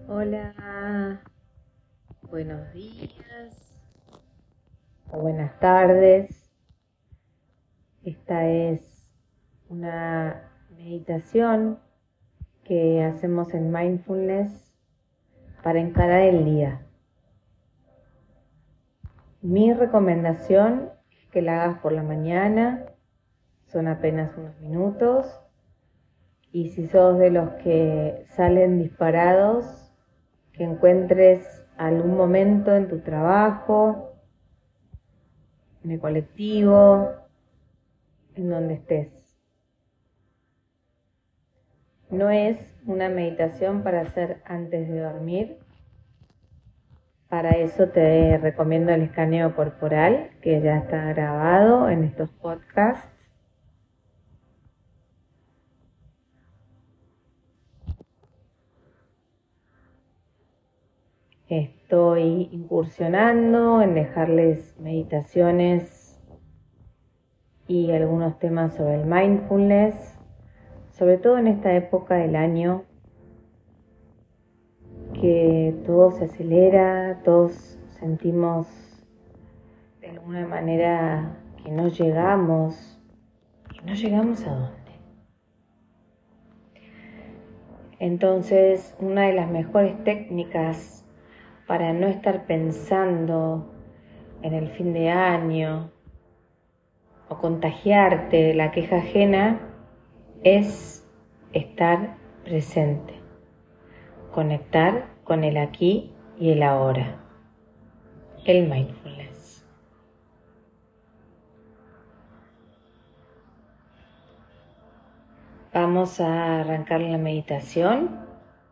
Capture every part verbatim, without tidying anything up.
Hola, buenos días o buenas tardes. Esta es una meditación que hacemos en mindfulness para encarar el día. Mi recomendación es que la hagas por la mañana, son apenas unos minutos, y si sos de los que salen disparados, que encuentres algún momento en tu trabajo, en el colectivo, en donde estés. No es una meditación para hacer antes de dormir. Para eso te recomiendo el escaneo corporal, que ya está grabado en estos podcasts. Estoy incursionando en dejarles meditaciones y algunos temas sobre el mindfulness, sobre todo en esta época del año que todo se acelera, todos sentimos de alguna manera que no llegamos, que no llegamos a dónde. Entonces, una de las mejores técnicas para no estar pensando en el fin de año o contagiarte de la queja ajena es estar presente, conectar con el aquí y el ahora, el mindfulness. Vamos a arrancar la meditación.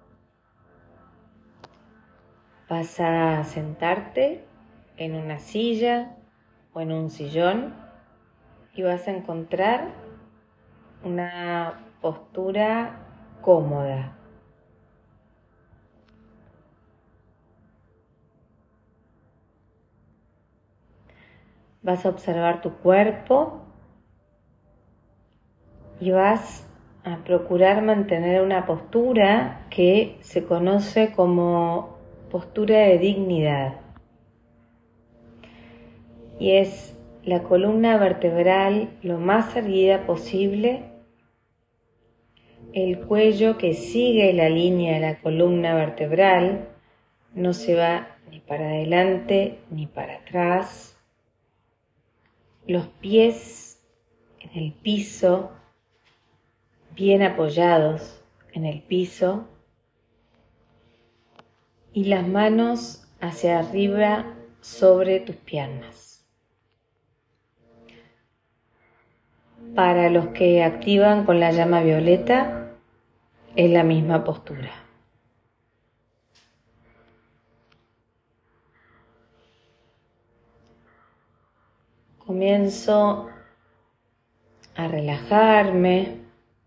Vas a sentarte en una silla o en un sillón y vas a encontrar una postura cómoda. Vas a observar tu cuerpo y vas a procurar mantener una postura que se conoce como postura de dignidad. Y es la columna vertebral lo más erguida posible, el cuello que sigue la línea de la columna vertebral, no se va ni para adelante ni para atrás, los pies en el piso, bien apoyados en el piso, y las manos hacia arriba sobre tus piernas. Para los que activan con la llama violeta, es la misma postura. Comienzo a relajarme,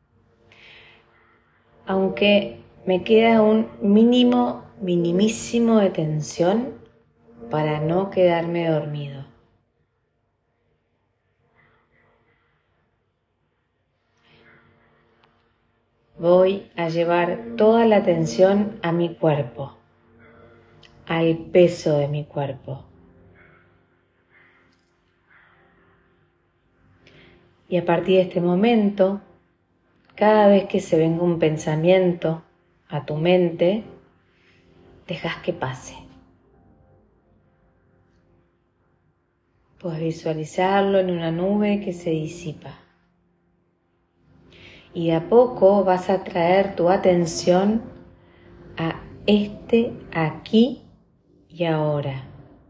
aunque me queda un mínimo, minimísimo de tensión para no quedarme dormido. Voy a llevar toda la atención a mi cuerpo, al peso de mi cuerpo. Y a partir de este momento, cada vez que se venga un pensamiento a tu mente, dejas que pase. Puedes visualizarlo en una nube que se disipa. Y de a poco vas a traer tu atención a este aquí y ahora.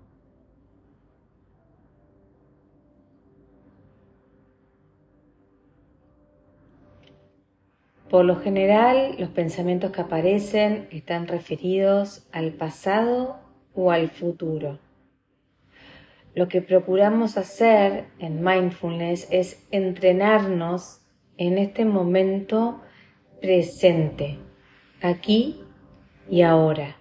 Por lo general, los pensamientos que aparecen están referidos al pasado o al futuro. Lo que procuramos hacer en mindfulness es entrenarnos en este momento presente, aquí y ahora.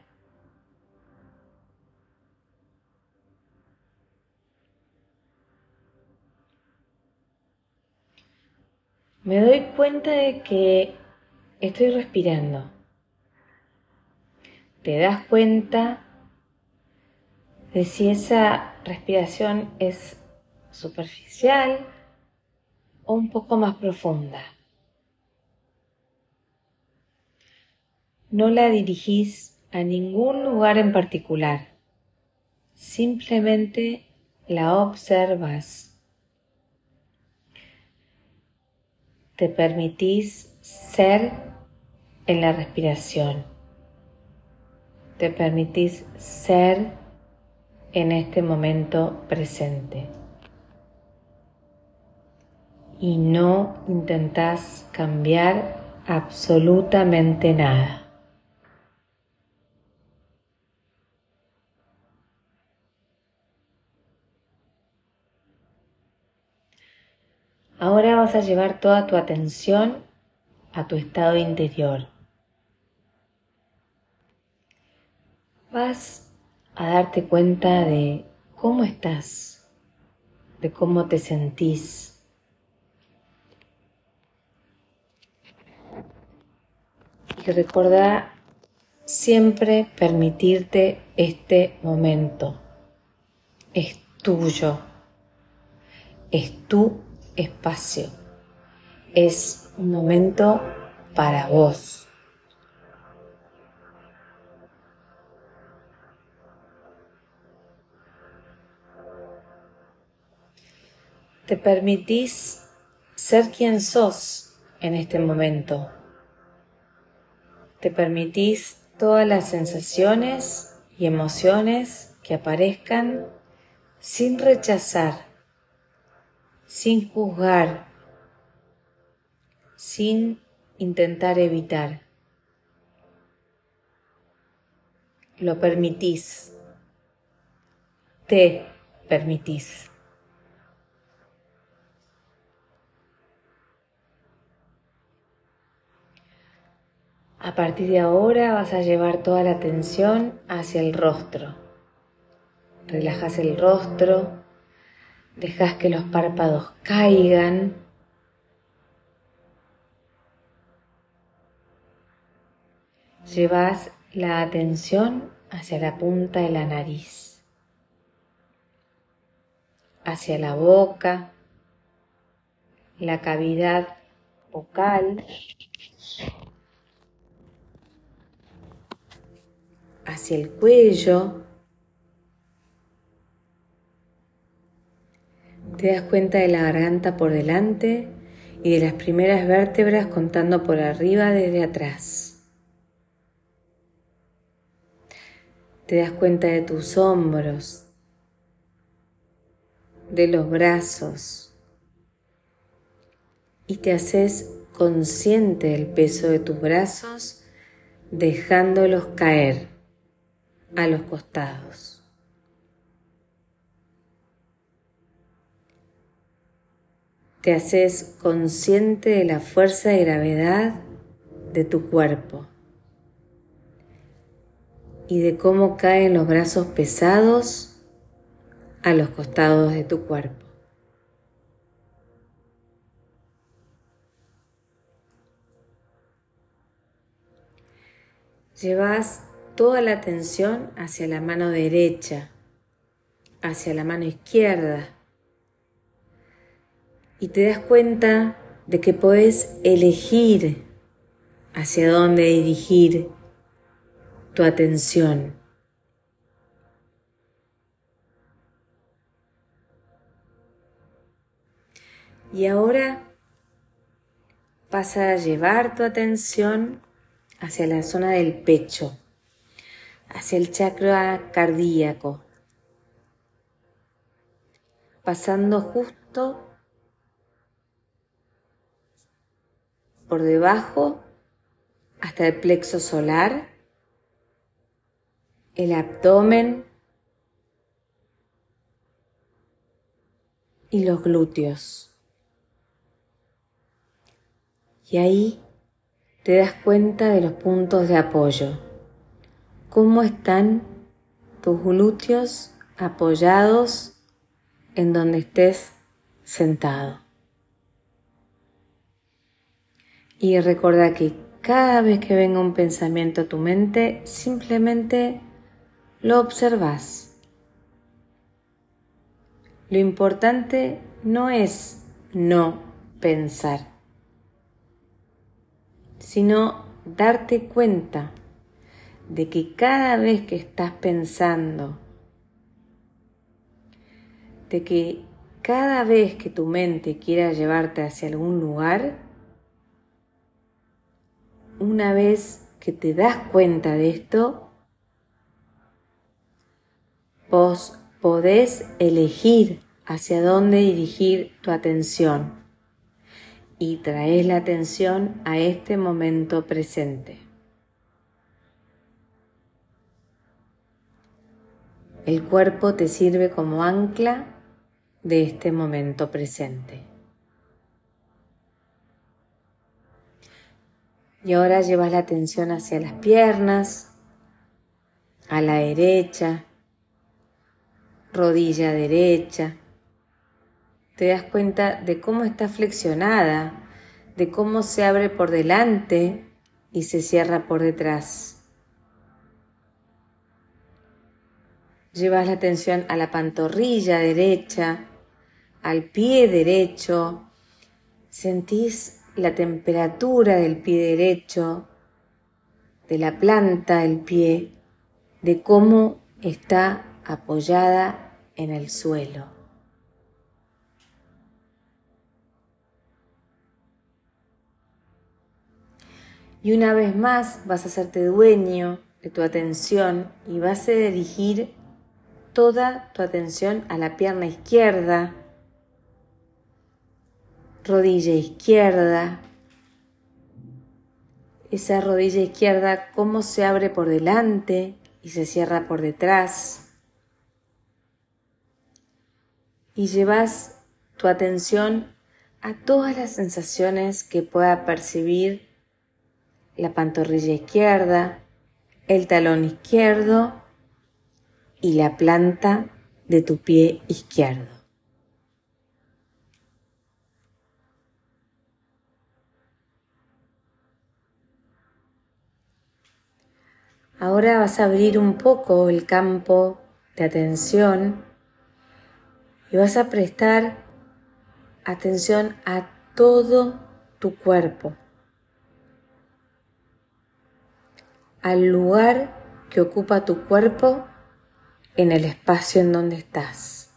Me doy cuenta de que estoy respirando. te das cuenta de si esa respiración es superficial o un poco más profunda. No la dirigís a ningún lugar en particular, simplemente la observas. Te permitís ser en la respiración. Te permitís ser en este momento presente. Y no intentás cambiar absolutamente nada. Ahora vas a llevar toda tu atención a tu estado interior. Vas a darte cuenta de cómo estás, de cómo te sentís. Y recordá siempre permitirte este momento. Es tuyo. Es tu espacio. Es un momento para vos. Te permitís ser quien sos en este momento. Te permitís todas las sensaciones y emociones que aparezcan sin rechazar, sin juzgar, sin intentar evitar. Lo permitís. Te permitís. A partir de ahora vas a llevar toda la atención hacia el rostro. Relajas el rostro, dejas que los párpados caigan. Llevas la atención hacia la punta de la nariz, hacia la boca, la cavidad bucal, hacia el cuello. Te das cuenta de la garganta por delante y de las primeras vértebras contando por arriba desde atrás. Te das cuenta de tus hombros, de los brazos y te haces consciente del peso de tus brazos dejándolos caer a los costados. Te haces consciente de la fuerza de gravedad de tu cuerpo y de cómo caen los brazos pesados a los costados de tu cuerpo. Llevas toda la atención hacia la mano derecha, hacia la mano izquierda, y te das cuenta de que podés elegir hacia dónde dirigir tu atención. Y ahora pasa a llevar tu atención hacia la zona del pecho, hacia el chakra cardíaco, pasando justo por debajo hasta el plexo solar, el abdomen y los glúteos. Y ahí te das cuenta de los puntos de apoyo. ¿Cómo están tus glúteos apoyados en donde estés sentado? Y recuerda que cada vez que venga un pensamiento a tu mente, simplemente lo observas. Lo importante no es no pensar, sino darte cuenta de que cada vez que estás pensando, de que cada vez que tu mente quiera llevarte hacia algún lugar, una vez que te das cuenta de esto, vos podés elegir hacia dónde dirigir tu atención y traes la atención a este momento presente. El cuerpo te sirve como ancla de este momento presente. Y ahora llevas la atención hacia las piernas, a la derecha, rodilla derecha. Te das cuenta de cómo está flexionada, de cómo se abre por delante y se cierra por detrás. Llevas la atención a la pantorrilla derecha, al pie derecho. Sentís la temperatura del pie derecho, de la planta del pie, de cómo está apoyada en el suelo. Y una vez más vas a hacerte dueño de tu atención y vas a dirigir toda tu atención a la pierna izquierda, rodilla izquierda. Esa rodilla izquierda, cómo se abre por delante y se cierra por detrás. Y llevas tu atención a todas las sensaciones que pueda percibir la pantorrilla izquierda, el talón izquierdo y la planta de tu pie izquierdo. Ahora vas a abrir un poco el campo de atención y vas a prestar atención a todo tu cuerpo, al lugar que ocupa tu cuerpo en el espacio en donde estás.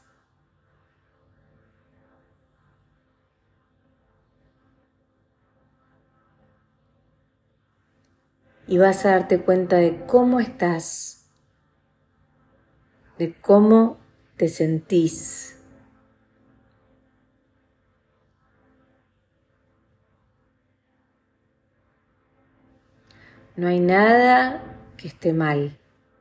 Y vas a darte cuenta de cómo estás, de cómo te sentís. No hay nada que esté mal.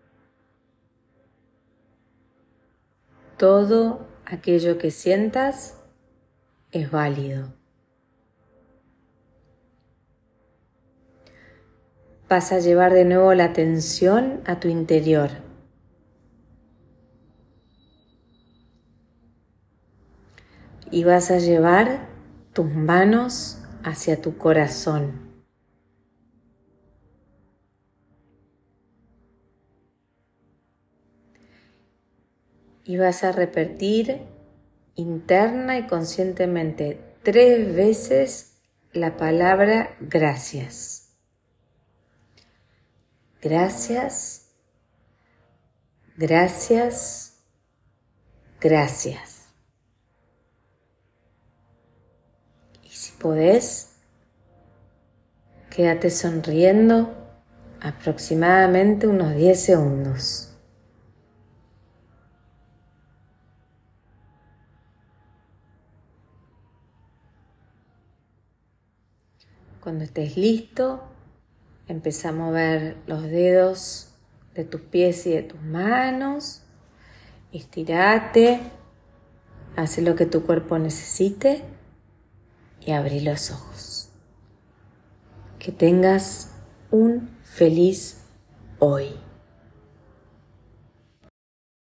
Todo aquello que sientas es válido. Vas a llevar de nuevo la atención a tu interior. Y vas a llevar tus manos hacia tu corazón. Y vas a repetir interna y conscientemente tres veces la palabra gracias. Gracias, gracias, gracias. Y si podés, quédate sonriendo aproximadamente unos diez segundos. Cuando estés listo, empezá a mover los dedos de tus pies y de tus manos. Estirate, haz lo que tu cuerpo necesite y abrí los ojos. Que tengas un feliz hoy.